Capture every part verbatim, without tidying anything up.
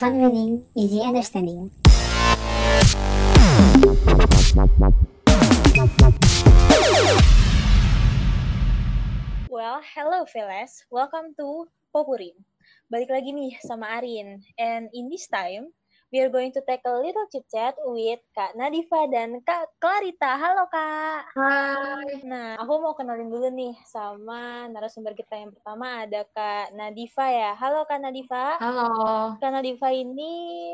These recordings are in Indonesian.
Fun learning, easy understanding. Well, hello Veles, welcome to Popurin. Balik lagi nih sama Arin, and in this time, we are going to take a little chit chat with Kak Nadifa dan Kak Clarita. Halo Kak. Hai. Nah, aku mau kenalin dulu nih sama narasumber kita yang pertama, ada Kak Nadifa ya. Halo Kak Nadifa. Halo. Kak Nadifa ini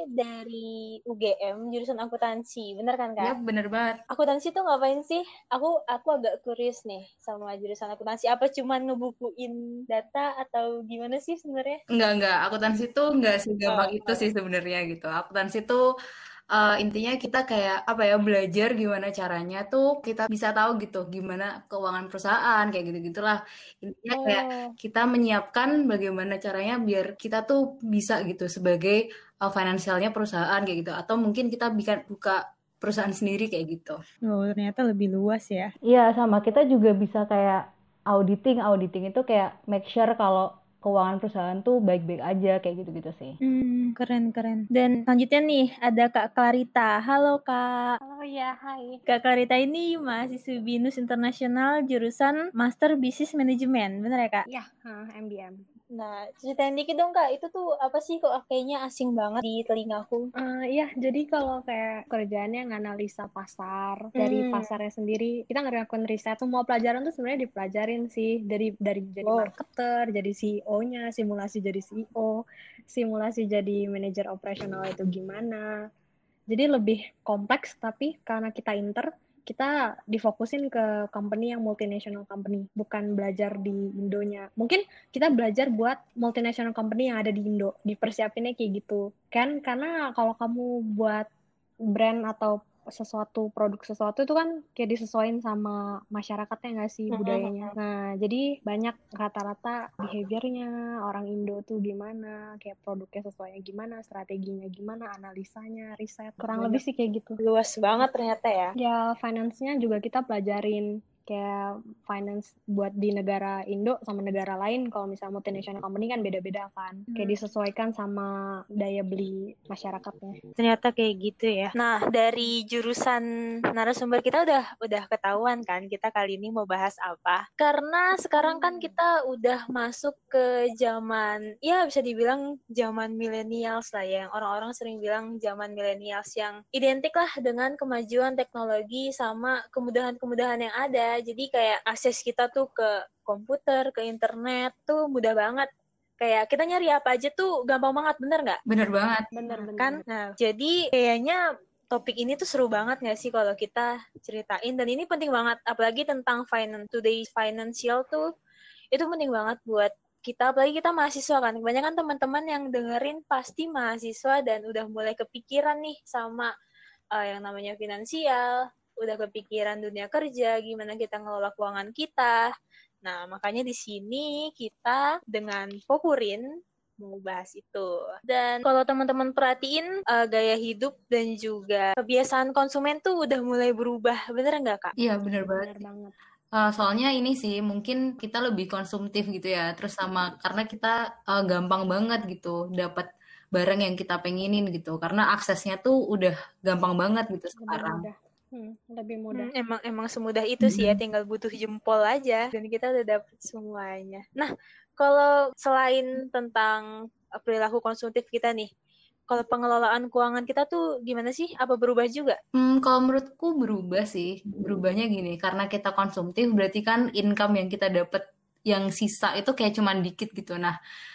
dari U G M, jurusan akuntansi, bener kan Kak? Yap, bener banget. Akuntansi tuh ngapain sih? Aku aku agak curious nih sama jurusan akuntansi. Apa cuman ngebukuin data atau gimana sih sebenarnya? Enggak, enggak. Akuntansi tuh enggak segampang Oh, itu oh. sih sebenarnya gitu. Akuntansi tuh uh, intinya kita kayak apa ya, belajar gimana caranya tuh kita bisa tahu gitu gimana keuangan perusahaan kayak gitu-gitulah. Intinya kayak Oh. kita menyiapkan bagaimana caranya biar kita tuh bisa gitu sebagai uh, finansialnya perusahaan kayak gitu, atau mungkin kita bikin buka perusahaan sendiri kayak gitu. Oh, ternyata lebih luas ya. Iya, sama kita juga bisa kayak auditing. Auditing itu kayak make sure kalau keuangan perusahaan tuh baik-baik aja, kayak gitu-gitu sih. Hmm, keren-keren. Dan selanjutnya nih, ada Kak Clarita. Halo, Kak. Halo ya, hai. Kak Clarita ini mahasiswi BINUS Internasional jurusan Master Business Management. Bener ya, Kak? Iya, uh, M B M. Nah, ceritain dikit dong Kak, itu tuh apa sih kok kayaknya asing banget di telingaku? Uh, iya, jadi kalau kayak kerjaannya nganalisa pasar, hmm. dari pasarnya sendiri, kita ngelakuin riset. Semua pelajaran tuh sebenarnya dipelajarin sih, dari dari jadi wow. marketer, jadi C E O-nya, simulasi jadi C E O, simulasi jadi manajer operasional itu gimana. Jadi lebih kompleks, tapi karena kita inter, kita difokusin ke company yang multinational company, bukan belajar di Indonya. Mungkin kita belajar buat multinational company yang ada di Indo, dipersiapinnya kayak gitu. Kan karena kalau kamu buat brand atau sesuatu, produk sesuatu itu kan kayak disesuaikan sama masyarakatnya nggak sih, budayanya. Nah, jadi banyak rata-rata behaviornya orang Indo tuh gimana, kayak produknya sesuainya gimana, strateginya gimana, analisanya, riset. Kurang lebih sih kayak gitu. Luas banget ternyata ya. Ya, finance-nya juga kita pelajarin kayak finance buat di negara Indo sama negara lain. Kalau misalnya multinational company kan beda-beda kan. Hmm. Kayak disesuaikan sama daya beli masyarakatnya. Ternyata kayak gitu ya. Nah, dari jurusan narasumber kita udah udah ketahuan kan kita kali ini mau bahas apa. Karena sekarang kan kita udah masuk ke zaman, ya bisa dibilang zaman millennials lah ya. Yang orang-orang sering bilang zaman millennials yang identik lah dengan kemajuan teknologi sama kemudahan-kemudahan yang ada. Jadi kayak akses kita tuh ke komputer, ke internet tuh mudah banget. Kayak kita nyari apa aja tuh gampang banget, bener nggak? Bener banget. Bener-bener. Kan? Nah, jadi kayaknya topik ini tuh seru banget nggak sih kalau kita ceritain. Dan ini penting banget, apalagi tentang finance, today's financial tuh, itu penting banget buat kita, apalagi kita mahasiswa kan. Kebanyakan teman-teman yang dengerin pasti mahasiswa dan udah mulai kepikiran nih sama uh, yang namanya finansial, udah kepikiran dunia kerja, gimana kita ngelola keuangan kita. Nah, makanya di sini kita dengan Popurin mau bahas itu. Dan kalau teman-teman perhatiin uh, gaya hidup dan juga kebiasaan konsumen tuh udah mulai berubah, bener nggak Kak? Iya, bener banget. Bener banget. Uh, soalnya ini sih mungkin kita lebih konsumtif gitu ya, terus sama karena kita uh, gampang banget gitu dapat barang yang kita pengenin gitu, karena aksesnya tuh udah gampang banget gitu sekarang. Mudah. Hmm, lebih mudah. Hmm, emang emang semudah itu mm-hmm. sih ya, tinggal butuh jempol aja dan kita udah dapet semuanya. Nah, kalau selain tentang perilaku konsumtif kita nih, kalau pengelolaan keuangan kita tuh gimana sih? Apa berubah juga? Hmm, kalau menurutku berubah sih. Berubahnya gini, karena kita konsumtif berarti kan income yang kita dapat yang sisa itu kayak cuman dikit gitu. Nah,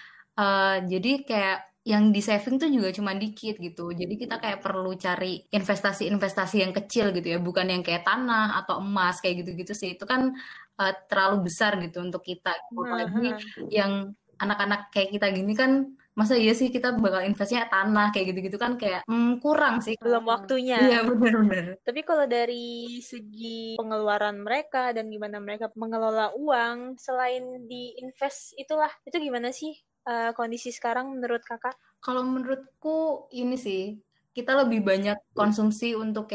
uh, jadi kayak yang di saving tuh juga cuma dikit gitu. Jadi kita kayak perlu cari investasi-investasi yang kecil gitu ya, bukan yang kayak tanah atau emas kayak gitu-gitu sih. Itu kan uh, terlalu besar gitu untuk kita. Apalagi uh-huh. yang anak-anak kayak kita gini kan, masa iya sih kita bakal investasinya tanah kayak gitu-gitu kan kayak hmm, kurang sih. Belum waktunya. Iya, benar-benar. Tapi kalau dari segi pengeluaran mereka dan gimana mereka mengelola uang selain di invest itulah, itu gimana sih? Uh, kondisi sekarang menurut kakak? Kalau menurutku ini sih, kita lebih banyak konsumsi untuk kayak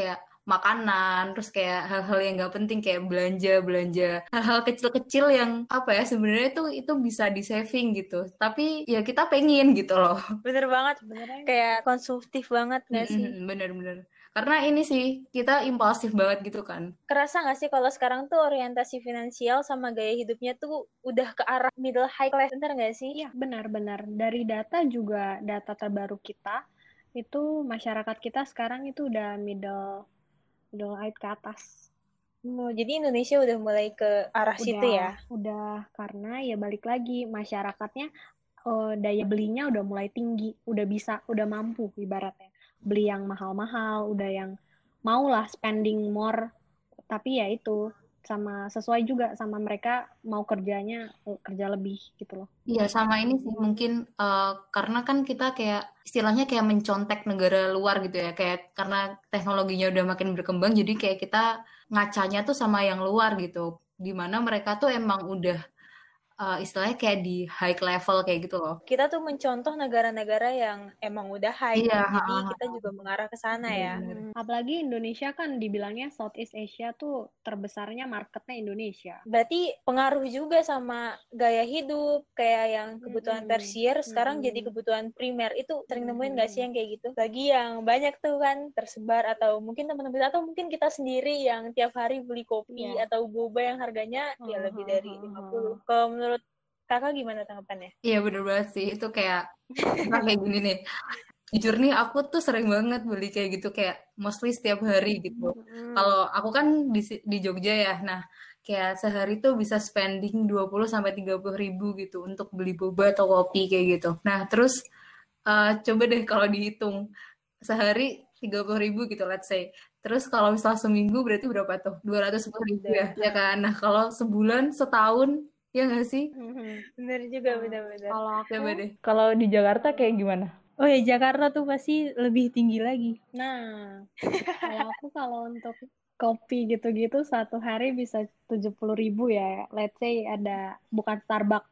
makanan, terus kayak hal-hal yang nggak penting kayak belanja belanja hal-hal kecil-kecil yang apa ya sebenarnya itu itu bisa di saving gitu, tapi ya kita pengen gitu loh. Bener banget, Sebenarnya kayak konsumtif banget gak sih? Mm-mm, bener-bener karena ini sih kita impulsif banget gitu kan. Kerasa gak sih kalau sekarang tuh orientasi finansial sama gaya hidupnya tuh udah ke arah middle high class, bener gak sih? iya benar-benar dari data juga data terbaru kita itu masyarakat kita sekarang itu udah middle middle height ke atas. Oh, jadi Indonesia udah mulai ke arah Udah situ ya? udah karena ya balik lagi masyarakatnya eh, daya belinya udah mulai tinggi, udah bisa, udah mampu ibaratnya beli yang mahal-mahal, udah yang mau lah spending more, tapi ya itu sama sesuai juga sama mereka mau kerjanya eh, kerja lebih gitu loh. Iya sama ini sih mungkin eh, karena kan kita kayak istilahnya kayak mencontek negara luar gitu ya, kayak karena teknologinya udah makin berkembang jadi kayak kita ngacanya tuh sama yang luar gitu, dimana mereka tuh emang udah eh, istilahnya kayak di high level kayak gitu loh. Kita tuh mencontoh negara-negara yang emang udah high, Iya, jadi ha-ha. kita juga mengarah ke sana ya. Bener-bener. Apalagi Indonesia kan dibilangnya Southeast Asia tuh terbesarnya marketnya Indonesia. Berarti pengaruh juga sama gaya hidup, kayak yang kebutuhan Mm-mm. tersier sekarang Mm-mm. jadi kebutuhan primer. Itu sering nemuin Mm-mm. gak sih yang kayak gitu? Bagi yang banyak tuh kan tersebar, atau mungkin teman-teman kita, atau mungkin kita sendiri yang tiap hari beli kopi Iya. atau boba yang harganya ya lebih dari Uh-huh, lima uh-huh. puluh. Kalau menurut kakak gimana tanggapannya? Iya bener banget sih itu kayak nah, kayak gini nih. Jujur nih aku tuh sering banget beli kayak gitu kayak mostly setiap hari gitu. Mm-mm. Kalau aku kan di si- di Jogja ya. Nah, kayak sehari tuh bisa spending dua puluh sampai tiga puluh ribu gitu untuk beli boba atau kopi kayak gitu. Nah, terus eh, coba deh kalau dihitung sehari tiga puluh ribu gitu let's say. Terus kalau misalnya seminggu berarti berapa tuh? dua ratus sepuluh ribu ya, ya kan? Nah, kalau sebulan, setahun, ya nggak sih? Mhm. Bener juga, Nah, bener-bener. kalau aku, Coba deh. Kalau di Jakarta kayak gimana? Oh ya, Jakarta tuh pasti lebih tinggi lagi. nah, kalau aku kalau untuk kopi gitu-gitu satu hari bisa tujuh puluh ribu ya. Let's say ada bukan Starbucks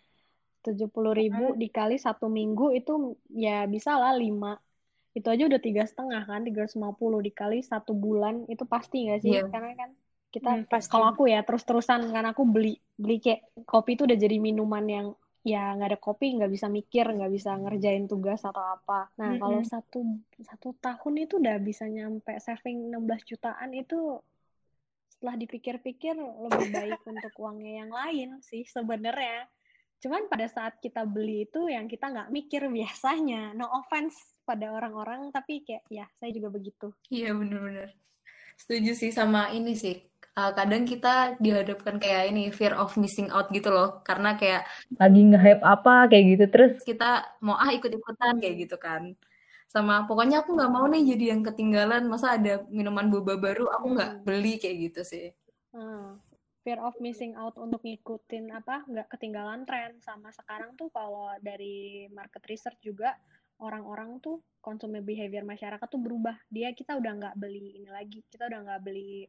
tujuh puluh ribu dikali satu minggu itu ya bisa lah lima. Itu aja udah tiga setengah kan, tiga ratus lima puluh dikali satu bulan itu pasti nggak sih? Iya. Karena kan kita Hmm, pasti. kalau aku ya terus-terusan kan aku beli beli kayak kopi itu udah jadi minuman yang ya nggak ada kopi nggak bisa mikir nggak bisa ngerjain tugas atau apa. Nah kalau Mm-mm. satu satu tahun itu udah bisa nyampe saving enam belas jutaan itu setelah dipikir-pikir lebih baik untuk uangnya yang lain sih sebenarnya. Cuman pada saat kita beli itu yang kita nggak mikir biasanya. No offense pada orang-orang, tapi kayak ya saya juga begitu. Iya bener-bener. Setuju sih sama ini sih. Uh, kadang kita dihadapkan kayak ini fear of missing out gitu loh. Karena kayak Lagi nge-hype apa kayak gitu terus kita mau ah ikut-ikutan kayak gitu kan. Sama pokoknya aku nggak mau nih jadi yang ketinggalan. Masa ada minuman boba baru aku nggak Hmm. beli kayak gitu sih. Hmm. Fear of missing out untuk ngikutin apa nggak ketinggalan tren. Sama sekarang tuh kalau dari market research juga orang-orang tuh consumer behavior masyarakat tuh berubah. Dia kita udah nggak beli ini lagi. Kita udah nggak beli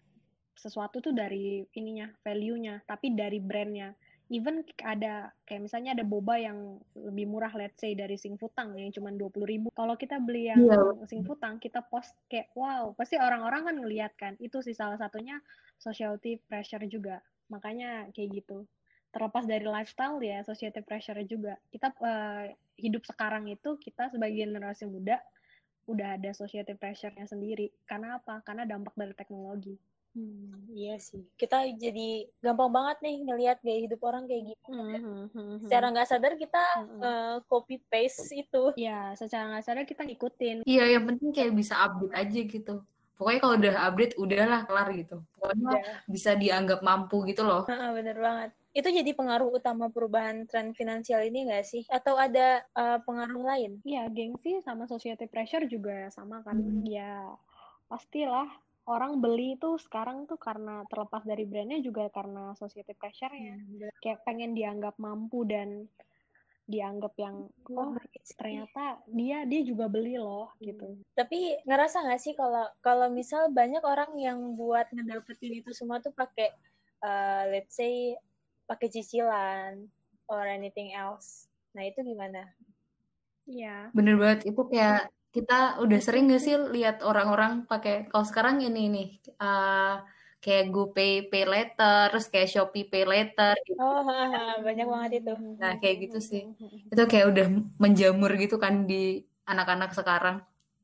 sesuatu tuh dari ininya, value-nya, tapi dari brand-nya. Even ada, kayak misalnya ada boba yang lebih murah, let's say, dari Singfutang, yang cuma dua puluh ribu. Kalau kita beli yang Iya. Singfutang, kita post kayak, wow, pasti orang-orang kan ngeliat kan. Itu sih salah satunya society pressure juga. Makanya kayak gitu. Terlepas dari lifestyle ya, society pressure juga. Kita uh, hidup sekarang itu, kita sebagai generasi muda, udah ada society pressure-nya sendiri. Karena apa? Karena dampak dari teknologi. Hmm, iya sih. Kita jadi gampang banget nih ngelihat gaya hidup orang kayak gitu. Mm-hmm. Secara nggak sadar kita Mm-hmm. uh, copy paste itu. Ya, secara nggak sadar kita ngikutin. Iya, yang penting kayak bisa update aja gitu. Pokoknya kalau udah update, udahlah kelar gitu. Pokoknya Udah. bisa dianggap mampu gitu loh. Uh, bener banget. Itu jadi pengaruh utama perubahan tren finansial ini nggak sih? Atau ada uh, pengaruh lain? Iya, gengsi sama society pressure juga sama kan. Hmm. Ya, pastilah orang beli tuh sekarang tuh karena terlepas dari brandnya juga karena society pressure-nya. Hmm, Kayak pengen dianggap mampu dan dianggap yang oh ternyata dia dia juga beli loh gitu. Tapi ngerasa nggak sih kalau kalau misal banyak orang yang buat ngedapetin itu semua tuh pakai uh, let's say pakai cicilan or anything else. Nah itu gimana? Iya. Bener banget itu kayak kita udah sering gak sih lihat orang-orang pakai kalau sekarang ini nih uh, kayak GoPay Pay Later, terus kayak Shopee Pay Later gitu. Oh, haha, banyak banget itu. Nah, kayak gitu sih. Itu kayak udah menjamur gitu kan di anak-anak sekarang.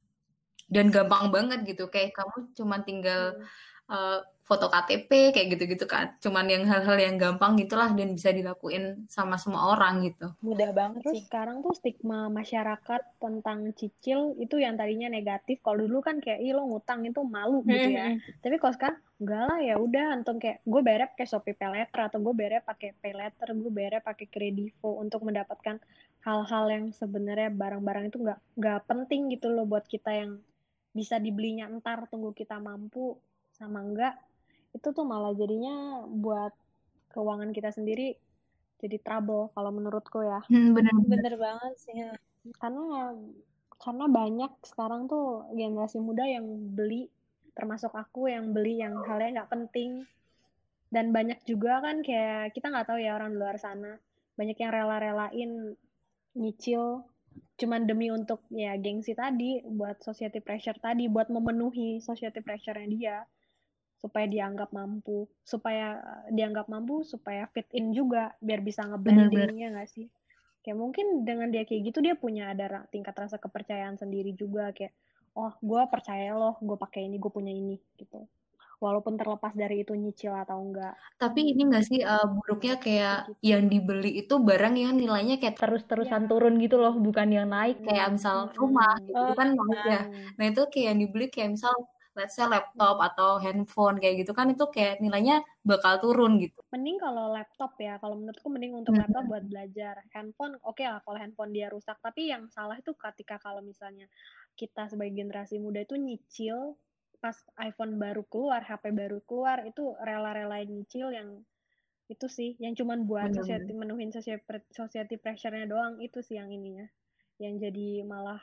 Dan gampang banget gitu. Kayak kamu cuman tinggal uh, foto K T P kayak gitu-gitu kan. Cuman yang hal-hal yang gampang gitulah dan bisa dilakuin sama semua orang gitu. Mudah banget Terus sih. sekarang tuh stigma masyarakat tentang cicil itu yang tadinya negatif. Kalau dulu kan kayak ih lo ngutang itu malu gitu ya. Tapi kalau sekarang enggak lah, ya udah antum kayak gue bayar pakai Shopee Pay Later atau gue bayar pakai Pay Later, gue bayar pakai Kredivo untuk mendapatkan hal-hal yang sebenarnya barang-barang itu nggak nggak penting gitu loh buat kita yang bisa dibelinya ntar tunggu kita mampu sama enggak. Itu tuh malah jadinya buat keuangan kita sendiri jadi trouble kalau menurutku ya. Hmm, bener, bener banget sih. Karena karena banyak sekarang tuh generasi muda yang beli, termasuk aku yang beli yang halnya nggak penting. Dan banyak juga kan kayak kita nggak tahu ya orang luar sana, banyak yang rela-relain nyicil cuman demi untuk ya gengsi tadi, buat society pressure tadi, buat memenuhi society pressure-nya dia. Supaya dianggap mampu, supaya dianggap mampu, supaya fit in juga, biar bisa ngeblending, ya nggak sih? Kayak mungkin dengan dia kayak gitu, dia punya ada tingkat rasa kepercayaan sendiri juga, kayak, oh, gue percaya loh, gue pakai ini, gue punya ini, gitu. Walaupun terlepas dari itu nyicil atau enggak. Tapi ini nggak sih uh, buruknya kayak gitu. Yang dibeli itu barang yang nilainya kayak terus-terusan ya. turun gitu loh, bukan yang naik. Kayak misal rumah, gitu oh, kan naik ya. Nah itu kayak yang dibeli kayak misal let's say laptop atau handphone kayak gitu kan itu kayak nilainya bakal turun gitu. Mending kalau laptop ya, kalau menurutku mending untuk hmm. laptop buat belajar. Handphone oke okay lah kalau handphone dia rusak, tapi yang salah itu ketika kalau misalnya kita sebagai generasi muda itu nyicil pas iPhone baru keluar, H P baru keluar, itu rela-relain nyicil yang itu sih, yang cuman buat hmm. society, menuhin society, society pressure-nya doang, itu sih yang ininya. Yang jadi malah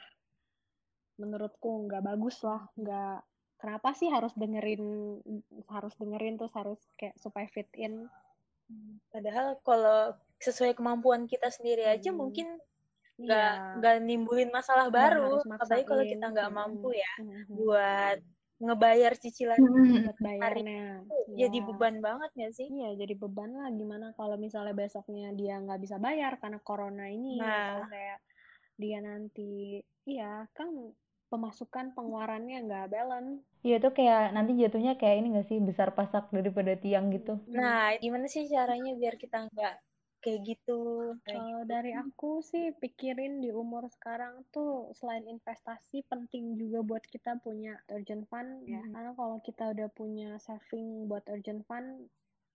menurutku nggak bagus lah, nggak. Kenapa sih harus dengerin harus dengerin terus harus kayak supaya fit in? Padahal kalau sesuai kemampuan kita sendiri aja hmm. mungkin nggak yeah. nggak nimbulin masalah gak baru. Apalagi kalau kita nggak hmm. mampu ya hmm. buat ngebayar cicilan hmm. buat bayarnya. Ya. Jadi beban banget nggak sih? Iya, jadi beban lah. Gimana kalau misalnya besoknya dia nggak bisa bayar karena corona ini, nah. atau kayak dia nanti, iya kan. Pemasukan pengeluarannya nggak balance. Iya tuh kayak nanti jatuhnya kayak ini nggak sih, besar pasak daripada tiang gitu. Nah gimana sih caranya biar kita nggak kayak gitu? Kalau dari aku sih pikirin di umur sekarang tuh selain investasi penting juga buat kita punya urgent fund ya. Hmm. Karena kalau kita udah punya saving buat urgent fund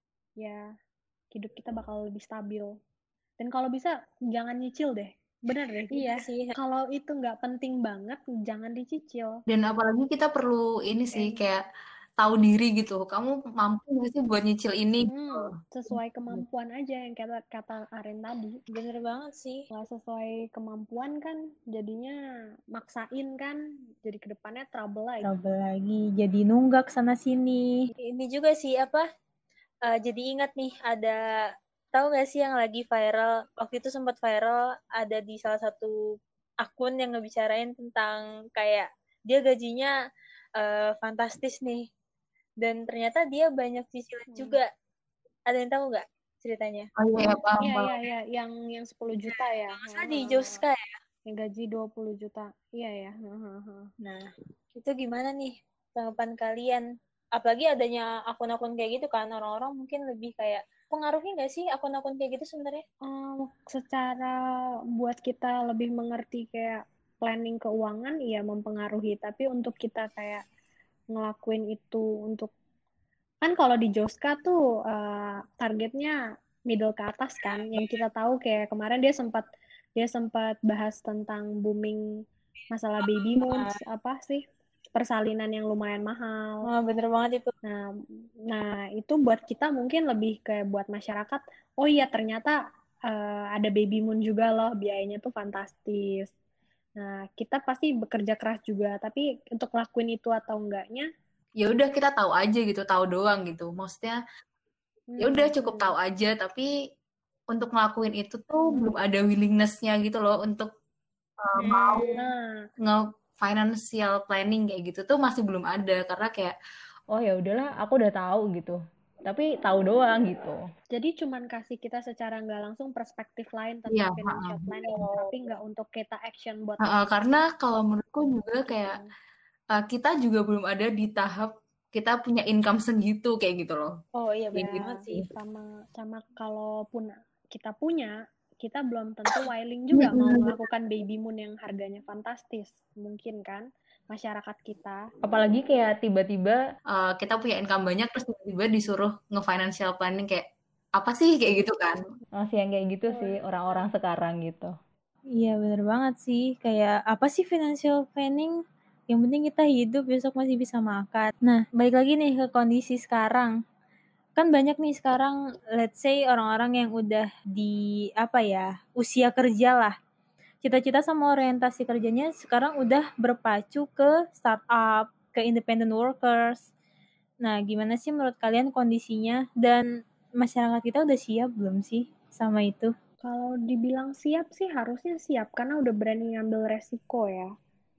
ya hidup kita bakal lebih stabil. Dan kalau bisa jangan nyicil deh. Bener deh, iya sih. Kalau itu nggak penting banget, jangan dicicil. Dan apalagi kita perlu ini sih, kayak tahu diri gitu. Kamu mampu nggak sih buat nyicil ini? Hmm, sesuai kemampuan aja yang kata kata Aren tadi. Bener banget sih. Nggak sesuai kemampuan kan, jadinya maksain kan, jadi kedepannya trouble lagi. Trouble lagi, jadi nunggak sana sini. Ini juga sih apa? Uh, jadi ingat nih ada. Tahu nggak sih yang lagi viral, waktu itu sempat viral, ada di salah satu akun yang ngebicarain tentang kayak dia gajinya uh, fantastis nih. Dan ternyata dia banyak cicilan hmm. juga. Ada yang tahu nggak ceritanya? Oh iya, paham. Iya, iya, iya, yang yang sepuluh juta ya. Masa di Joska ya? Yang gaji dua puluh juta. Iya ya. Nah, itu gimana nih tanggapan kalian? Apalagi adanya akun-akun kayak gitu kan, orang-orang mungkin lebih kayak pengaruhnya nggak sih akun-akun kayak gitu sebenarnya? Um, secara buat kita lebih mengerti kayak planning keuangan, iya mempengaruhi. Tapi untuk kita kayak ngelakuin itu untuk kan kalau di Joska tuh uh, targetnya middle ke atas kan. Yang kita tahu kayak kemarin dia sempat dia sempat bahas tentang booming masalah baby moons apa sih? Persalinan yang lumayan mahal. Oh, bener banget itu. Nah, nah itu buat kita mungkin lebih kayak buat masyarakat, oh iya ternyata uh, ada baby moon juga loh, biayanya tuh fantastis. Nah, kita pasti bekerja keras juga, tapi untuk lakuin itu atau enggaknya, ya udah kita tahu aja gitu, tahu doang gitu. Maksudnya hmm. ya udah cukup tahu aja, tapi untuk ngelakuin itu tuh hmm. belum ada willingness-nya gitu loh untuk uh, hmm. mau nah. nge financial planning kayak gitu tuh masih belum ada, karena kayak oh ya udahlah aku udah tahu gitu, tapi tahu doang gitu. Jadi cuman kasih kita secara nggak langsung perspektif lain tentang iya, financial ha-ha. planning, tapi nggak untuk kita action buat Ha-ha, masing-masing karena kalau menurutku juga kayak gitu. uh, kita juga belum ada di tahap kita punya income segitu kayak gitu loh. Oh iya Kayak benar gitu banget sih. sih. sama sama kalaupun kita punya, kita belum tentu willing juga mau melakukan baby moon yang harganya fantastis, mungkin kan masyarakat kita. Apalagi kayak tiba-tiba Uh, kita punya income banyak terus tiba-tiba disuruh nge-financial planning kayak apa sih kayak gitu kan. masih yang kayak gitu sih orang-orang sekarang gitu. Iya bener banget sih. Kayak apa sih financial planning? Yang penting kita hidup, besok masih bisa makan. Nah, balik lagi nih ke kondisi sekarang. Kan banyak nih sekarang, let's say orang-orang yang udah di apa ya, usia kerja lah. Cita-cita sama orientasi kerjanya sekarang udah berpacu ke startup, ke independent workers. Nah, gimana sih menurut kalian kondisinya? Dan masyarakat kita udah siap belum sih sama itu? Kalau dibilang siap sih harusnya siap, karena udah berani ngambil resiko ya.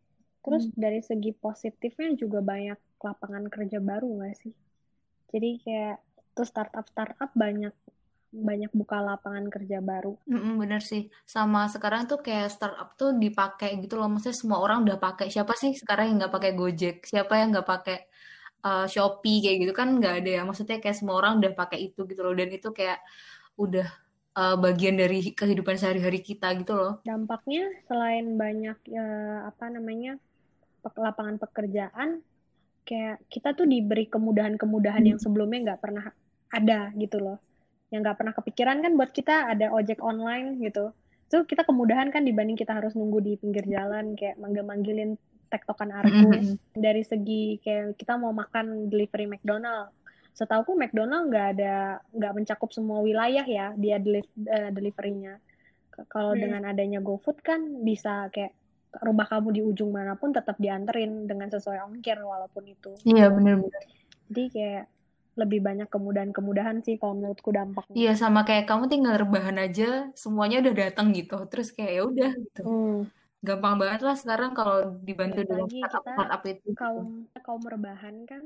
Terus dari segi positifnya juga banyak lapangan kerja baru nggak sih? Jadi kayak tuh startup-startup banyak banyak buka lapangan kerja baru. Mm-mm, bener sih. Sama sekarang tuh kayak startup tuh dipakai gitu loh. Maksudnya semua orang udah pakai. Siapa sih sekarang yang nggak pakai Gojek? Siapa yang nggak pakai uh, Shopee kayak gitu kan nggak ada ya. Maksudnya kayak semua orang udah pakai itu gitu loh. Dan itu kayak udah uh, bagian dari kehidupan sehari-hari kita gitu loh. Dampaknya selain banyak eh, apa namanya pe- lapangan pekerjaan, kayak kita tuh diberi kemudahan-kemudahan yang sebelumnya nggak pernah ada gitu loh. Yang nggak pernah kepikiran kan buat kita ada ojek online gitu. Itu kita kemudahan kan dibanding kita harus nunggu di pinggir jalan kayak manggil-manggilin tektokan argo. Mm-mm. Dari segi kayak kita mau makan delivery McDonald, setauku McDonald nggak ada nggak mencakup semua wilayah ya dia deli- eh, deliverynya. K- Kalau Hmm. dengan adanya GoFood kan bisa kayak rumah kamu di ujung manapun tetap dianterin dengan sesuai ongkir walaupun itu. Iya bener-bener. Jadi kayak lebih banyak kemudahan-kemudahan sih kalau menurutku dampaknya. Iya sama kayak kamu tinggal rebahan aja semuanya udah datang gitu. Terus kayak ya udah gitu. Hmm. Gampang banget lah sekarang kalau dibantu dengan Apalagi startup kita startup itu. Gitu. kaum kaum rebahan kan.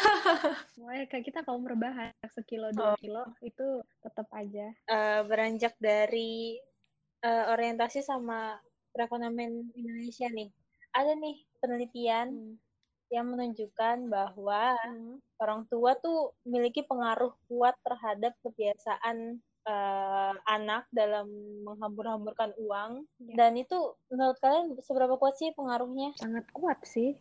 Mulai kayak kita kaum rebahan sekilo dua kilo itu tetap aja. Eh, beranjak dari eh, orientasi sama perekonomian Indonesia nih. Ada nih penelitian Hmm. yang menunjukkan bahwa Hmm. orang tua tuh memiliki pengaruh kuat terhadap kebiasaan eh, anak dalam menghambur-hamburkan uang. Ya. Dan itu menurut kalian seberapa kuat sih pengaruhnya? Sangat kuat sih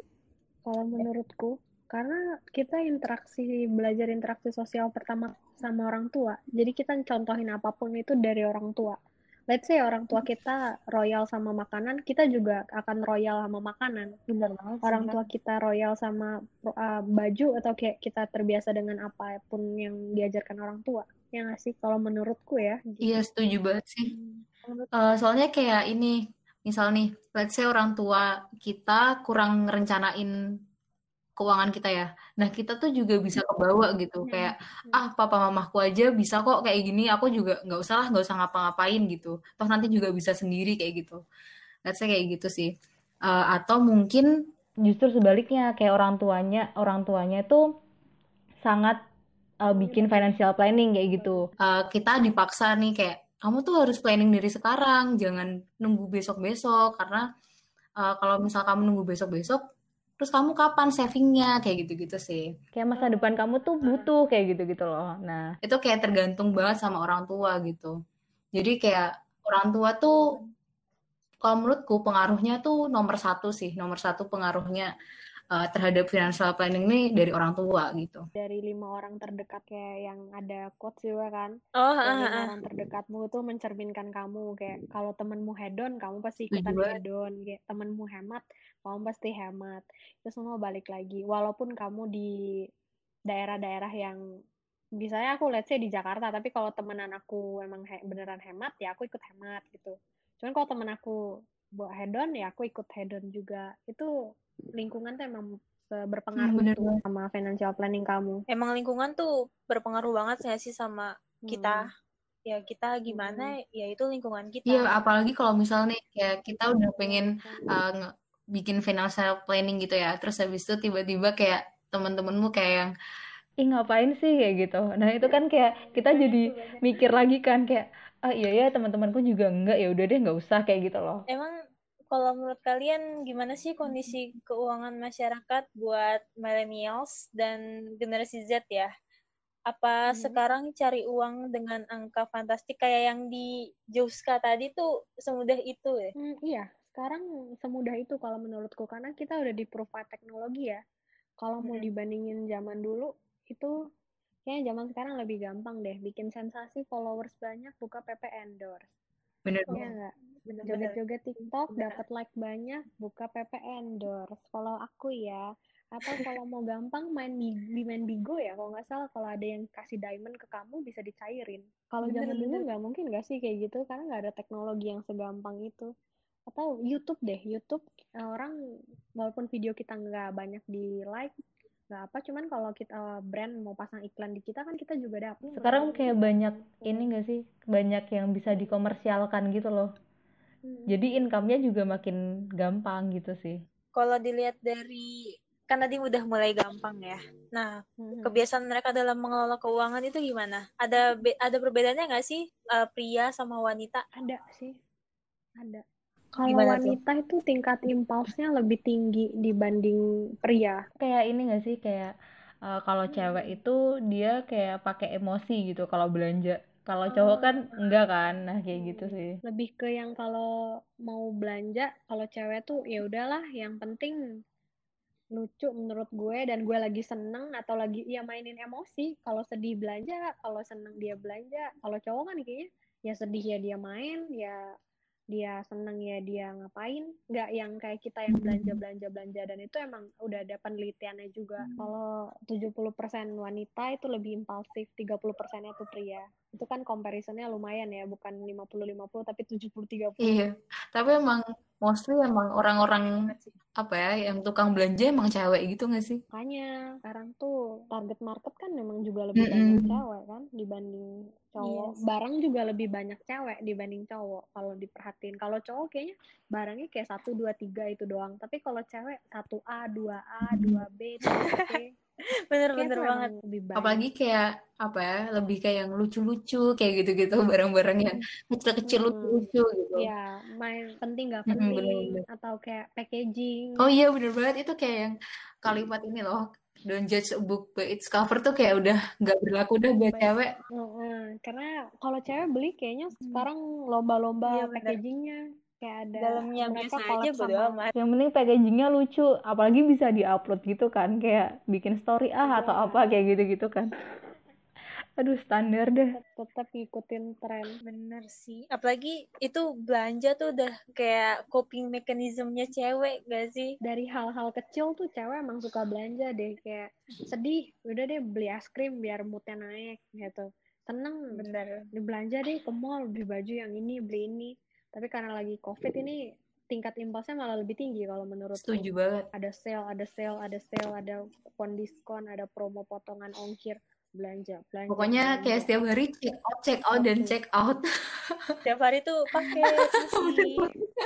kalau menurutku, karena kita interaksi belajar interaksi sosial pertama sama orang tua, jadi kita contohin apapun itu dari orang tua. Let's say orang tua kita royal sama makanan, kita juga akan royal sama makanan. Benar banget. Orang tua kita royal sama uh, baju atau kayak kita terbiasa dengan apapun yang diajarkan orang tua. Ya nggak sih? Kalau menurutku ya. Iya setuju banget sih. Uh, soalnya kayak ini, misal nih, let's say orang tua kita kurang ngerencanain keuangan kita ya. Nah kita tuh juga bisa kebawa gitu. Kayak ah papa mamaku aja bisa kok kayak gini. Aku juga nggak usah lah, nggak usah ngapa-ngapain gitu. Toh nanti juga bisa sendiri kayak gitu. Let's say kayak gitu sih. Uh, atau mungkin Justru sebaliknya kayak orang tuanya orang tuanya tuh sangat uh, bikin financial planning kayak gitu. uh, kita dipaksa nih kayak kamu tuh harus planning dari sekarang, jangan nunggu besok-besok karena uh, kalau misal kamu nunggu besok-besok, terus kamu kapan savingnya kayak gitu-gitu sih. Kayak masa depan kamu tuh butuh kayak gitu-gitu loh. Nah, itu kayak tergantung banget sama orang tua gitu. Jadi kayak orang tua tuh kalau menurutku pengaruhnya tuh nomor satu sih, nomor satu pengaruhnya uh, terhadap financial planning ini dari orang tua gitu. Dari lima orang terdekat kayak yang ada quotes juga kan. Oh, Dari ah, lima ah. orang terdekatmu tuh mencerminkan kamu kayak kalau temenmu hedon kamu pasti ikutan Setuju. hedon, kayak temenmu hemat kamu pasti hemat. Itu semua balik lagi. Walaupun kamu di daerah-daerah yang misalnya aku let's say di Jakarta, tapi kalau temenan aku emang he- beneran hemat ya aku ikut hemat gitu. Cuman kalau temen aku buat hedon ya aku ikut hedon juga. Itu lingkungan tuh emang berpengaruh Hmm, bener tuh sama financial planning kamu. Emang lingkungan tuh berpengaruh banget nggak sih sama kita? Hmm. Ya kita gimana, ya itu lingkungan kita. Iya, apalagi kalau misal nih kayak kita udah pengen uh, nge- bikin financial planning gitu ya, terus habis itu tiba-tiba kayak teman-temanmu kayak yang ih ngapain sih kayak gitu. Nah itu kan kayak kita jadi mikir lagi kan kayak ah iya ya teman-temanku juga enggak, ya udah deh nggak usah kayak gitu loh. Emang kalau menurut kalian gimana sih kondisi keuangan masyarakat buat millennials dan generasi Z ya? Apa Hmm. sekarang cari uang dengan angka fantastik kayak yang di Jouska tadi tuh semudah itu ya? Hmm, iya, sekarang semudah itu kalau menurutku karena kita udah di provide teknologi ya. Kalau mau Mm-mm. dibandingin zaman dulu itu kayaknya zaman sekarang lebih gampang deh bikin sensasi followers banyak buka P P endorse. bener Iya nggak? Bener-bener. Joget-joget TikTok dapat like banyak buka P P endorse. Kalau aku ya atau kalau mau gampang main di main Bigo ya kalau nggak salah kalau ada yang kasih diamond ke kamu bisa dicairin. Kalau zaman dulu nggak mungkin nggak sih kayak gitu karena nggak ada teknologi yang segampang itu. Atau YouTube deh, YouTube eh, orang walaupun video kita nggak banyak di like nggak apa, cuman kalau kita brand mau pasang iklan di kita kan kita juga dapat. Sekarang kayak banyak ini nggak sih, banyak yang bisa dikomersialkan gitu loh. Hmm. Jadi income-nya juga makin gampang gitu sih. Kalau dilihat dari kan tadi udah mulai gampang ya. Nah, Hmm. kebiasaan mereka dalam mengelola keuangan itu gimana? Ada be- ada perbedaannya nggak sih uh, pria sama wanita? Ada sih, ada. Kalau Gimana tuh? wanita itu tingkat impulsnya lebih tinggi dibanding pria. Kayak ini nggak sih, kayak uh, kalau cewek itu dia kayak pakai emosi gitu kalau belanja. Kalau cowok kan enggak kan, nah kayak gitu sih. Lebih ke yang kalau mau belanja, kalau cewek tuh ya udahlah, yang penting lucu menurut gue dan gue lagi seneng atau lagi ya mainin emosi. Kalau sedih belanja, kalau seneng dia belanja. Kalau cowok kan kayaknya ya sedih ya dia main, ya dia seneng ya dia ngapain, nggak yang kayak kita yang belanja belanja belanja. Dan itu emang udah ada penelitiannya juga. Kalau tujuh puluh persen wanita itu lebih impulsif, tiga puluh persennya itu pria. Itu kan comparisonnya lumayan ya, bukan lima puluh lima puluh tapi tujuh puluh tiga puluh. Iya, tapi emang mostly emang orang-orang apa ya yang tukang belanja emang cewek gitu nggak sih? Makanya sekarang tuh target market kan memang juga lebih banyak Mm-mm. cewek kan dibanding cowok. Yes. Barang juga lebih banyak cewek dibanding cowok kalau diperhatiin. Kalau cowok kayaknya barangnya kayak satu, dua, tiga itu doang. Tapi kalau cewek satu A, dua A, dua B, tiga C. Bener-bener Kayaknya banget. memang lebih banyak. Apalagi kayak apa ya, lebih kayak yang lucu-lucu kayak gitu-gitu, barang-barang yang kecil-kecil Hmm. lucu-lucu gitu. Ya, main penting nggak Mm-mm, penting bener-bener. atau kayak packaging. Oh iya bener banget, itu kayak yang kalimat ini loh, don't judge a book by its cover tuh kayak udah nggak berlaku udah buat cewek. Heeh, karena kalau cewek beli kayaknya sekarang lomba-lomba Iya, bener. packagingnya kayak ada Dalamnya mereka biasa aja collab bodo sama amat. Yang penting packagingnya lucu, apalagi bisa diupload gitu kan, kayak bikin story ah atau apa kayak gitu-gitu kan. Aduh standar deh. tetap, tetap ngikutin tren. Bener sih. Apalagi itu belanja tuh udah kayak coping mechanismnya cewek gak sih? Dari hal-hal kecil tuh cewek emang suka belanja deh, kayak sedih udah deh beli es krim biar moodnya naik gitu, seneng Bener. belanja deh ke mall beli baju yang ini beli ini. Tapi karena lagi covid ini tingkat impulsnya malah lebih tinggi kalau menurutku. Setuju banget. Ada sale, ada sale, ada sale, ada kupon diskon, ada promo potongan ongkir, belanja, belanja. Pokoknya belanja. kayak setiap hari check out, check out dan check out. Setiap hari tuh paket kasih.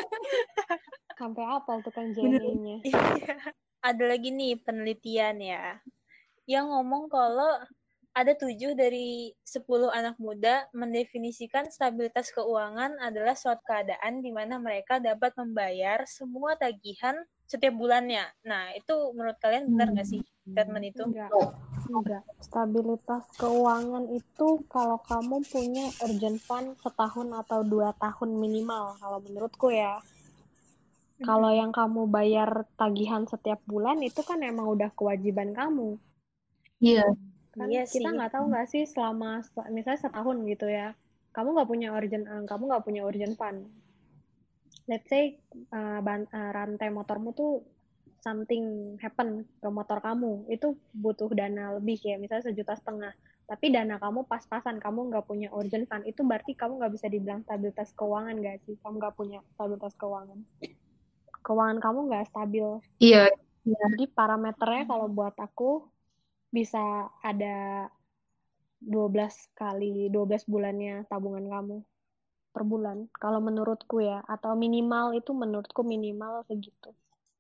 Sampai apal tukang Jenny-nya. Ada lagi nih penelitian ya yang ngomong kalau ada tujuh dari sepuluh anak muda mendefinisikan stabilitas keuangan adalah suatu keadaan di mana mereka dapat membayar semua tagihan setiap bulannya. Nah, itu menurut kalian benar nggak sih statement itu? Enggak. Enggak. Stabilitas keuangan itu kalau kamu punya urgent fund setahun atau dua tahun minimal, kalau menurutku ya. Kalau yang kamu bayar tagihan setiap bulan itu kan emang udah kewajiban kamu. Iya. Kan Iya kita sih. nggak tahu nggak sih selama misalnya setahun gitu ya, kamu nggak punya urgent, uh, kamu nggak punya urgent fund. Let's say uh, ban- uh, rantai motormu tuh something happen ke motor kamu, itu butuh dana lebih ya, misalnya sejuta setengah. Tapi dana kamu pas-pasan, kamu nggak punya urgent fund, itu berarti kamu nggak bisa dibilang stabilitas keuangan nggak sih? Kamu nggak punya stabilitas keuangan. Keuangan kamu nggak stabil. Iya. Jadi parameternya kalau buat aku bisa ada dua belas kali, dua belas bulannya tabungan kamu per bulan. Kalau menurutku ya, atau minimal itu menurutku minimal segitu.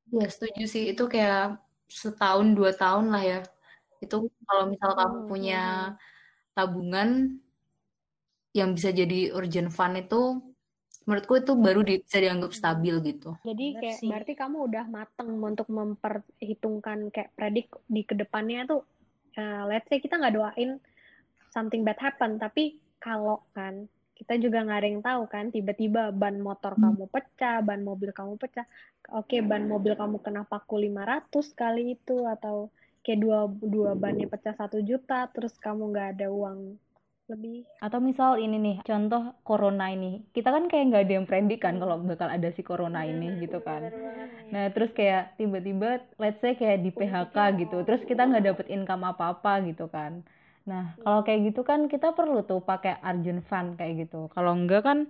Ya setuju sih, itu kayak setahun dua tahun lah ya. Itu kalau misal kamu Hmm, punya hmm, hmm. tabungan yang bisa jadi urgent fund itu, menurutku itu baru di- bisa dianggap Hmm. stabil gitu. Jadi Bener kayak sih. berarti kamu udah mateng untuk memperhitungkan kayak predik di kedepannya tuh, eh, let's say kita nggak doain something bad happen, tapi kalau kan kita juga nggak ada yang tahu kan, tiba-tiba ban motor Hmm. kamu pecah, ban mobil kamu pecah. Oke, ban mobil kamu kena paku lima ratus kali itu, atau kayak dua, dua bannya pecah satu juta, terus kamu nggak ada uang lebih. Atau misal ini nih, contoh corona ini. Kita kan kayak nggak ada yang predik kan kalau bakal ada si corona ini gitu kan. Bener banget. Nah, terus kayak tiba-tiba let's say kayak di P H K gitu. Terus kita nggak dapet income apa-apa gitu kan. Nah, kalau kayak gitu kan kita perlu tuh pakai urgent fund kayak gitu. Kalau enggak kan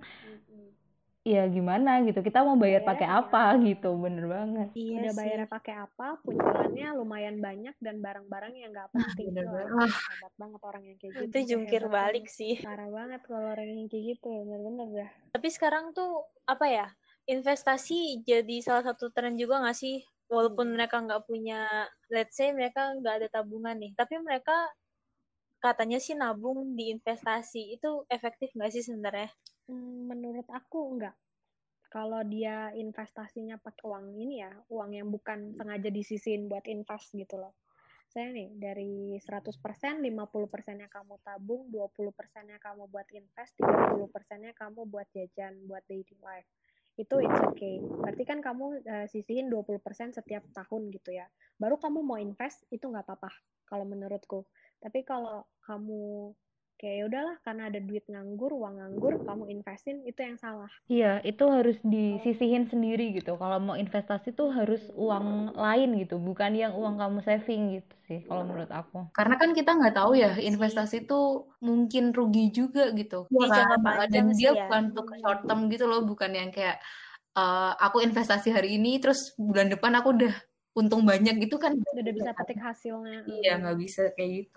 ya gimana gitu. Kita mau bayar pakai Bayarnya apa gitu. Bener banget. Iya Udah sih. bayarnya pakai apa, puncelannya lumayan banyak dan barang-barang yang nggak penting. Bener Wah, banget. itu Wah, hebat banget orang yang kayak Itu gitu. jungkir Hebat balik banget. sih. Parah banget kalau orang yang kayak gitu, bener-bener dah. Tapi sekarang tuh apa ya? Investasi jadi salah satu tren juga nggak sih? Walaupun Hmm. mereka nggak punya, let's say mereka nggak ada tabungan nih, tapi mereka katanya sih nabung di investasi. Itu efektif nggak sih sebenarnya? Hmm, Menurut aku enggak. Kalau dia investasinya pakai uang ini ya, uang yang bukan sengaja disisihin buat invest gitu loh. Saya nih, dari seratus persen, lima puluh persennya kamu tabung, dua puluh persennya kamu buat invest, tiga puluh persennya kamu buat jajan, buat daily life. Itu it's okay. Berarti kan kamu uh, sisihin dua puluh persen setiap tahun gitu ya. Baru kamu mau invest, itu nggak apa-apa kalau menurutku. Tapi kalau kamu kayak ya udahlah karena ada duit nganggur, uang nganggur, kamu investin, itu yang salah. Iya, itu harus disisihin sendiri gitu. Kalau mau investasi tuh harus uang lain gitu, bukan yang uang kamu saving gitu sih, kalau menurut aku. karena kan kita nggak tahu ya Sih. investasi itu mungkin rugi juga gitu. Iya Di kan? jangka Dan panjang dia sih ya. bukan untuk short term gitu loh, bukan yang kayak eh, aku investasi hari ini terus bulan depan aku udah untung banyak gitu kan. Udah bisa petik hasilnya. Iya, Hmm. nggak bisa kayak gitu.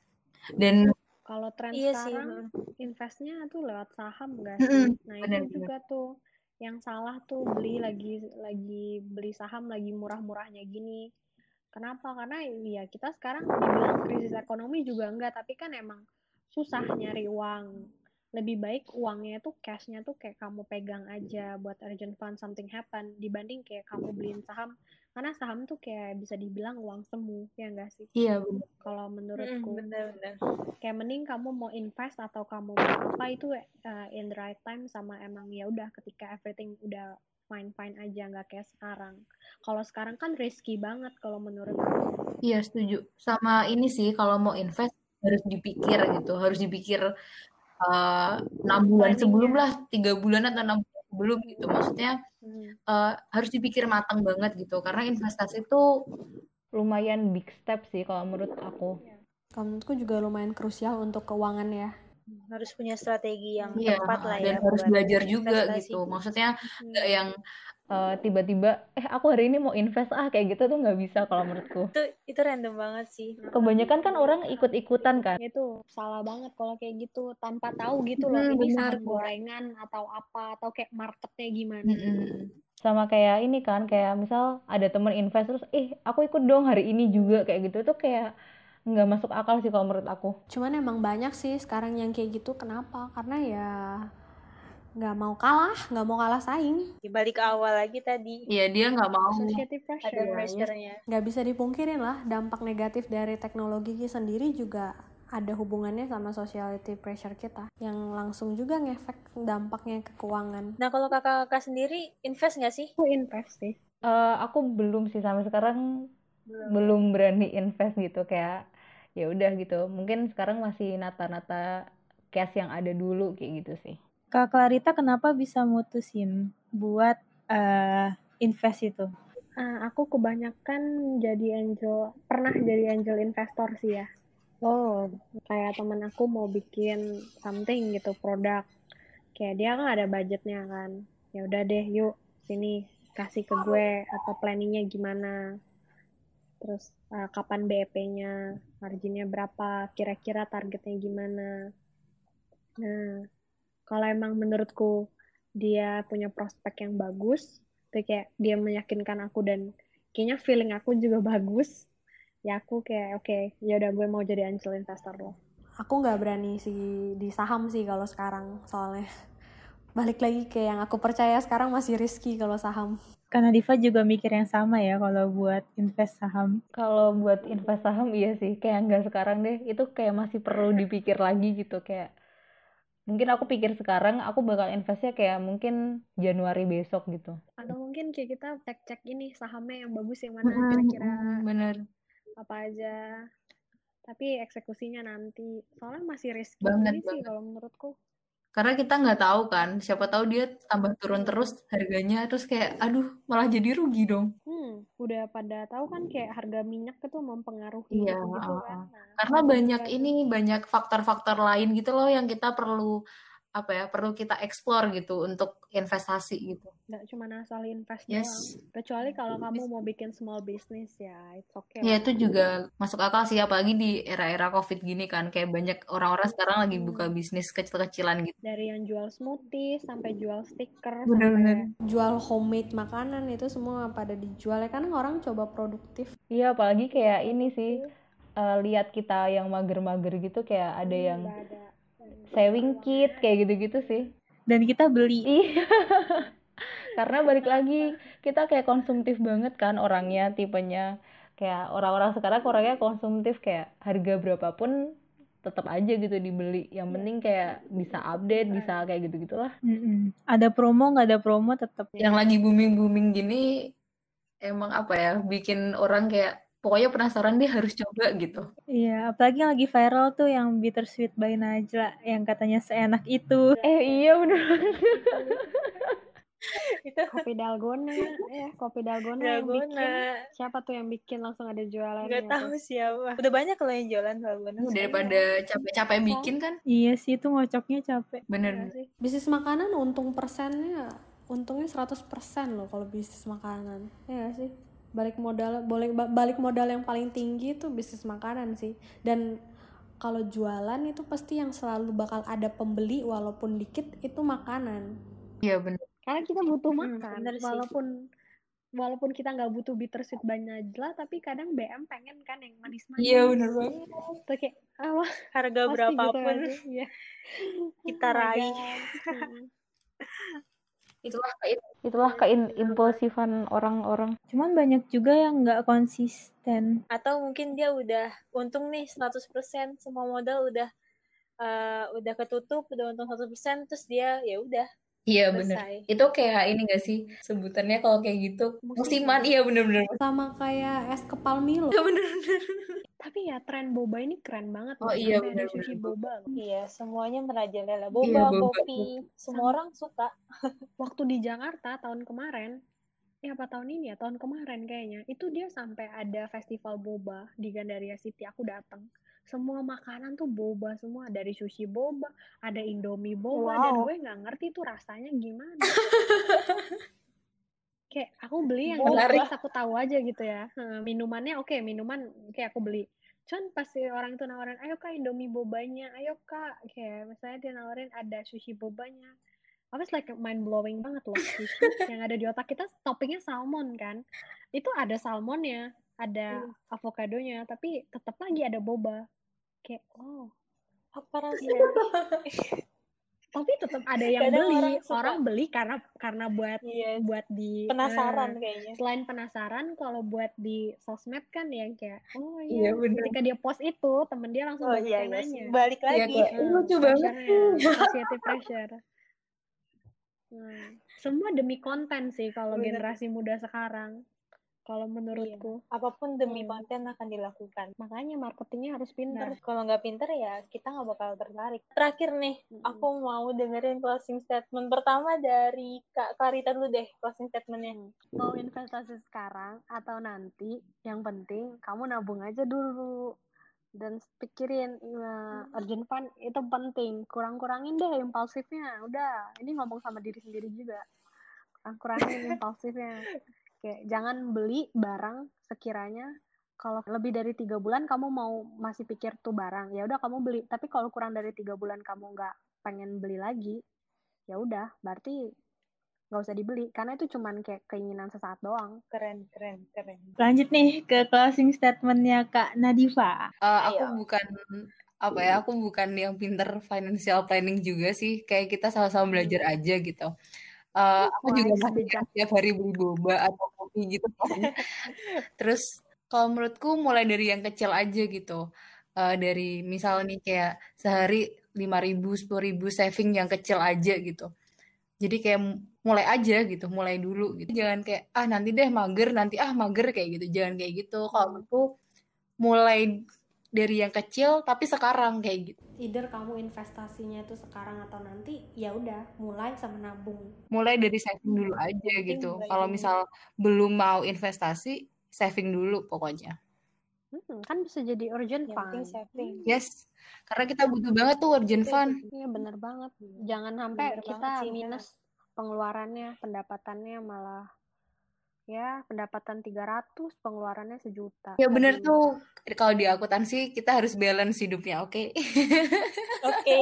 Dan Kalau tren Iya sih. sekarang investnya tuh lewat saham nggak mm-mm, sih? Nah itu bener-bener. juga tuh yang salah tuh, beli lagi lagi beli saham lagi murah-murahnya gini. Kenapa? Karena ya kita sekarang dibilang krisis ekonomi juga enggak, tapi kan emang susah nyari uang. Lebih baik uangnya tuh cashnya tuh kayak kamu pegang aja buat urgent fund something happen, dibanding kayak kamu beliin saham. Karena saham tuh kayak bisa dibilang uang semu, ya enggak sih? Iya, bener. Kalau Mm-mm, menurutku. bener-bener. Kayak mending kamu mau invest atau kamu mau apa itu uh, in the right time, sama emang ya udah ketika everything udah fine fine aja, nggak kayak sekarang. Kalau sekarang kan risky banget kalau menurut aku. Iya, setuju. Sama ini sih, kalau mau invest harus dipikir gitu, harus dipikir eh, enam bulan sebelum Planningnya. lah, tiga bulan atau enam bulan sebelum gitu. Maksudnya Hmm. eh, harus dipikir matang banget gitu, karena investasi itu Lumayan big step sih kalau menurut aku. Kalau menurutku juga lumayan krusial untuk keuangan ya. Harus punya strategi yang iya, tepat lah dan ya harus buat belajar juga investasi. gitu. Maksudnya nggak yang Eh, tiba-tiba, eh aku hari ini mau invest ah kayak gitu tuh nggak bisa kalau menurutku. Itu itu random banget sih. Kebanyakan kan orang ikut-ikutan kan. Itu salah banget kalau kayak gitu, tanpa tahu gitu loh Hmm, ini benar. saham gorengan atau apa, atau kayak marketnya gimana. Mm-mm. Sama kayak ini kan, kayak misal ada temen invest terus, eh aku ikut dong hari ini juga kayak gitu tuh kayak nggak masuk akal sih kalau menurut aku. Cuman emang banyak sih sekarang yang kayak gitu. Kenapa? Karena ya nggak mau kalah, nggak mau kalah saing. Dibalik ke awal lagi tadi. Iya, dia nggak mau. Society pressure. Ada ya. pressure-nya. Nggak bisa dipungkirin lah, dampak negatif dari teknologi sendiri juga ada hubungannya sama society pressure kita, yang langsung juga ngefek dampaknya ke keuangan. Nah, kalau kakak-kakak sendiri invest nggak sih? Aku invest sih. Eh, aku belum sih sampai sekarang belum berani invest gitu, kayak ya udah gitu. Mungkin sekarang masih nata-nata cash yang ada dulu kayak gitu sih. Kak Clarita kenapa bisa mutusin buat uh, invest itu? Uh, aku kebanyakan jadi angel, pernah jadi angel investor sih ya. Oh, kayak temen aku mau bikin something gitu, produk. Kayak dia kan ada budgetnya kan. Ya udah deh, yuk sini kasih ke gue atau planningnya gimana. Terus uh, kapan B E P-nya, marginnya berapa, kira-kira targetnya gimana. Nah, kalau emang menurutku dia punya prospek yang bagus, itu kayak dia meyakinkan aku dan kayaknya feeling aku juga bagus. Ya aku kayak oke, okay, ya udah gue mau jadi angel investor lo. Aku nggak berani sih di saham sih kalau sekarang, soalnya balik lagi ke yang aku percaya sekarang masih risky kalau saham. Karena Diva juga mikir yang sama ya kalau buat invest saham. Kalau buat invest saham iya sih, kayak nggak sekarang deh, itu kayak masih perlu dipikir lagi gitu. Kayak mungkin aku pikir sekarang aku bakal investnya kayak mungkin Januari besok gitu. Atau mungkin kayak kita cek-cek ini sahamnya yang bagus yang mana kira-kira Bener apa aja. Tapi eksekusinya nanti, soalnya masih risky banget sih banget. kalau menurutku. Karena kita nggak tahu kan, siapa tahu dia tambah turun terus harganya, terus kayak aduh malah jadi rugi dong. Hmm, udah pada tahu kan kayak harga minyak itu mempengaruhi Iya, gitu-gitu uh, kan. uh. Nah, Karena itu banyak juga ini tuh. banyak faktor-faktor lain gitu loh yang kita perlu apa ya perlu kita explore gitu untuk investasi gitu. Nggak cuma asal invest Yes. doang. Kecuali kalau kamu mau bikin small business ya, it's okay Ya lah. itu juga masuk akal sih, apalagi di era-era COVID gini kan, kayak banyak orang-orang sekarang lagi buka Hmm. bisnis kecil-kecilan gitu. Dari yang jual smoothie sampai jual stiker Bener-bener. sampai jual homemade makanan itu semua pada dijual ya, kan orang coba produktif. Iya, apalagi kayak ini sih, uh, lihat kita yang mager-mager gitu, kayak ada Hmm, yang nggak ada. Hmm, saving uang. kit kayak gitu-gitu sih. Dan kita beli. Iya. Karena balik lagi kita kayak konsumtif banget kan orangnya, tipenya kayak orang-orang sekarang orangnya konsumtif, kayak harga berapapun tetap aja gitu dibeli. Yang penting kayak bisa update, bisa kayak gitu-gitulah. Mm-mm. Ada promo nggak ada promo tetap. Yang lagi booming-booming gini emang apa ya, bikin orang kayak pokoknya penasaran deh harus coba gitu. Iya, apalagi yang lagi viral tuh yang Bittersweet by Najla yang katanya seenak itu. Eh iya bener. Itu Kopi dalgona, ya kopi dalgona, yang bikin. Dalgona. Siapa tuh yang bikin langsung ada jualannya? Nggak tahu tuh. siapa. Udah banyak loh yang jualan Dalgona. Daripada capek-capek bikin kan. Iya sih, itu ngocoknya capek. Bener. Iya sih. Bisnis makanan untung persennya, untungnya seratus persen loh kalau bisnis makanan. Iya sih. Balik modal, boleh ba- balik modal yang paling tinggi itu bisnis makanan sih. Dan kalau jualan itu pasti yang selalu bakal ada pembeli walaupun dikit itu makanan. Iya bener. Karena kita butuh Hmm, makan, bener sih. walaupun walaupun kita nggak butuh bittersweet by Najla, tapi kadang B M pengen kan yang manis-manis. Iya bener banget. Tuh kayak apa? Harga Pasti berapapun gitu aja. Iya. kita Oh my raih. God. Hmm. Itulah kayak Itulah keimpulsifan orang-orang. Cuman banyak juga yang nggak konsisten. Atau mungkin dia udah untung nih seratus persen, semua modal udah uh, udah ketutup, udah untung seratus persen, terus dia ya udah iya bener. selesai. Itu kayak ini gak sih sebutannya kalau kayak gitu musiman. Iya bener-bener. Sama kayak es kepal Milo. Iya bener-bener. Tapi ya tren boba ini keren banget Oh loh. iya, Sampai ada bener-bener. sushi boba loh. Iya, semuanya merajalela. Boba, Iya, boba, kopi, semua orang suka. Waktu di Jakarta tahun kemarin, ya apa tahun ini ya, tahun kemarin kayaknya, itu dia sampai ada festival boba di Gandaria City. Aku datang. Semua makanan tuh boba semua, dari sushi boba, ada Indomie boba, Wow. dan gue nggak ngerti tuh rasanya gimana. Kayak aku beli yang Menarik. jelas aku tahu aja gitu ya. Hmm, minumannya oke, minuman kayak aku beli. Cuman pas si orang itu nawarin, ayo kak Indomie bobanya, ayo kak. Kayak misalnya dia nawarin ada sushi bobanya. I was like mind blowing banget loh, sushi. Yang ada di otak kita toppingnya salmon kan. Itu ada salmonnya, ada avokadonya, tapi tetap lagi ada boba. Kayak, oh. Apa rasanya? Tapi tetap ada yang Kadang beli. orang suka. Orang beli karena karena buat Iya, buat di penasaran eh, kayaknya. selain penasaran, kalau buat di sosmed kan yang kayak oh Iya, iya, bener. ketika dia post itu temen dia langsung Oh banyak iya, yang iya nanya. sih. Balik Iya, lagi. kayak, Hmm, lucu banget. pressure-nya, society pressure. Nah, semua demi konten sih kalau Bener. generasi muda sekarang. Kalau menurutku. Iya. Apapun demi Hmm. konten akan dilakukan. Makanya marketingnya harus Nah, pinter. kalau nggak pinter ya kita nggak bakal tertarik. Terakhir nih, Mm-mm. aku mau dengerin closing statement pertama dari Kak Clarita dulu deh, closing statementnya. Hmm. Mau investasi sekarang atau nanti, yang penting kamu nabung aja dulu. Dan pikirin, uh, urgent fund itu penting. Kurang-kurangin deh impulsifnya. Udah, ini ngomong sama diri sendiri juga. Kurang-kurangin impulsifnya. Kayak jangan beli barang sekiranya kalau lebih dari tiga bulan kamu mau masih pikir tuh barang, ya udah kamu beli. Tapi kalau kurang dari tiga bulan kamu nggak pengen beli lagi, ya udah berarti nggak usah dibeli karena itu cuman kayak keinginan sesaat doang. Keren, keren, keren. Lanjut nih ke closing statementnya Kak Nadifa. Uh, aku Ayo. bukan apa ya, aku bukan yang pinter financial planning juga sih. Kayak kita sama-sama belajar Hmm. aja gitu. Uh, aku juga Wise, masih bijak. tiap hari beli boba atau kopi gitu kan. Terus kalau menurutku mulai dari yang kecil aja gitu. Uh, dari misal nih kayak sehari lima ribu, sepuluh ribu saving yang kecil aja gitu. Jadi kayak m- mulai aja gitu, mulai dulu gitu. Jangan kayak ah nanti deh mager, nanti ah mager kayak gitu. Jangan kayak gitu. Kalau menurutku mulai dari yang kecil tapi sekarang kayak gitu. Either kamu investasinya itu sekarang atau nanti, ya udah mulai sama nabung. Mulai dari saving dulu aja Penting gitu. mulai Kalau dulu. misal belum mau investasi, saving dulu pokoknya. Hmm, kan bisa jadi urgent Yang penting fund. saving. Yes, karena kita butuh banget tuh urgent Itu, fund. itu. Iya bener banget. Jangan sampai Bener kita banget sih, minus pengeluarannya, pendapatannya malah ya pendapatan tiga ratus, pengeluarannya sejuta. Ya bener Aduh. tuh, kalau di akuntansi kita harus balance hidupnya, oke? Oke.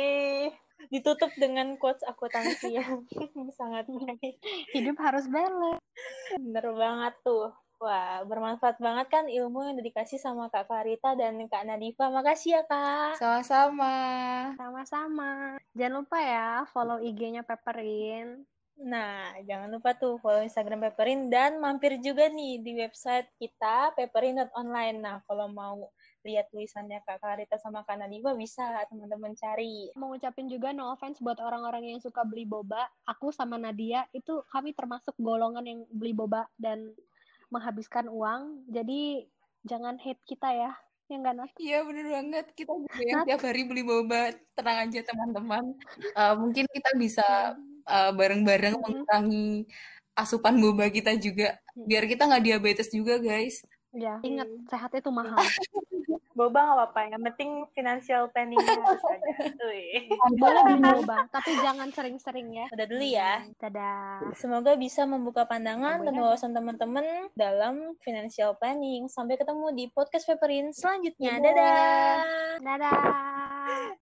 Ditutup dengan quotes akuntansi yang sangat baik. Hidup harus balance. Bener banget tuh. Wah, bermanfaat banget kan ilmu yang dikasih sama Kak Karita dan Kak Nadifa. Makasih ya, Kak. Sama-sama. Sama-sama. Jangan lupa ya follow I G-nya Pepperin. Nah, jangan lupa tuh follow Instagram Pepperin dan mampir juga nih di website kita pepperin dot online. Nah, kalau mau lihat tulisannya Kak Karita sama Kak Nadifa bisa teman-teman cari. Mau ngucapin juga no offense buat orang-orang yang suka beli boba. Aku sama Nadia itu kami termasuk golongan yang beli boba dan menghabiskan uang. Jadi jangan hate kita ya. Ya nggak, Nat? Iya bener banget, kita juga yang Nat? tiap hari beli boba. Tenang aja teman-teman. Uh, mungkin kita bisa uh, bareng-bareng mengurangi asupan boba kita juga. Biar kita nggak diabetes juga guys. Ya, ingat sehat itu mahal. Boba nggak apa-apa, yang penting financial planning-nya harus ada. Wih. Boleh beli boba, tapi jangan sering-sering ya. Udah dulu ya. Dadah. Semoga bisa membuka pandangan dan wawasan teman-teman dalam financial planning. Sampai ketemu di podcast Pepperin selanjutnya. Dadah! Dadah.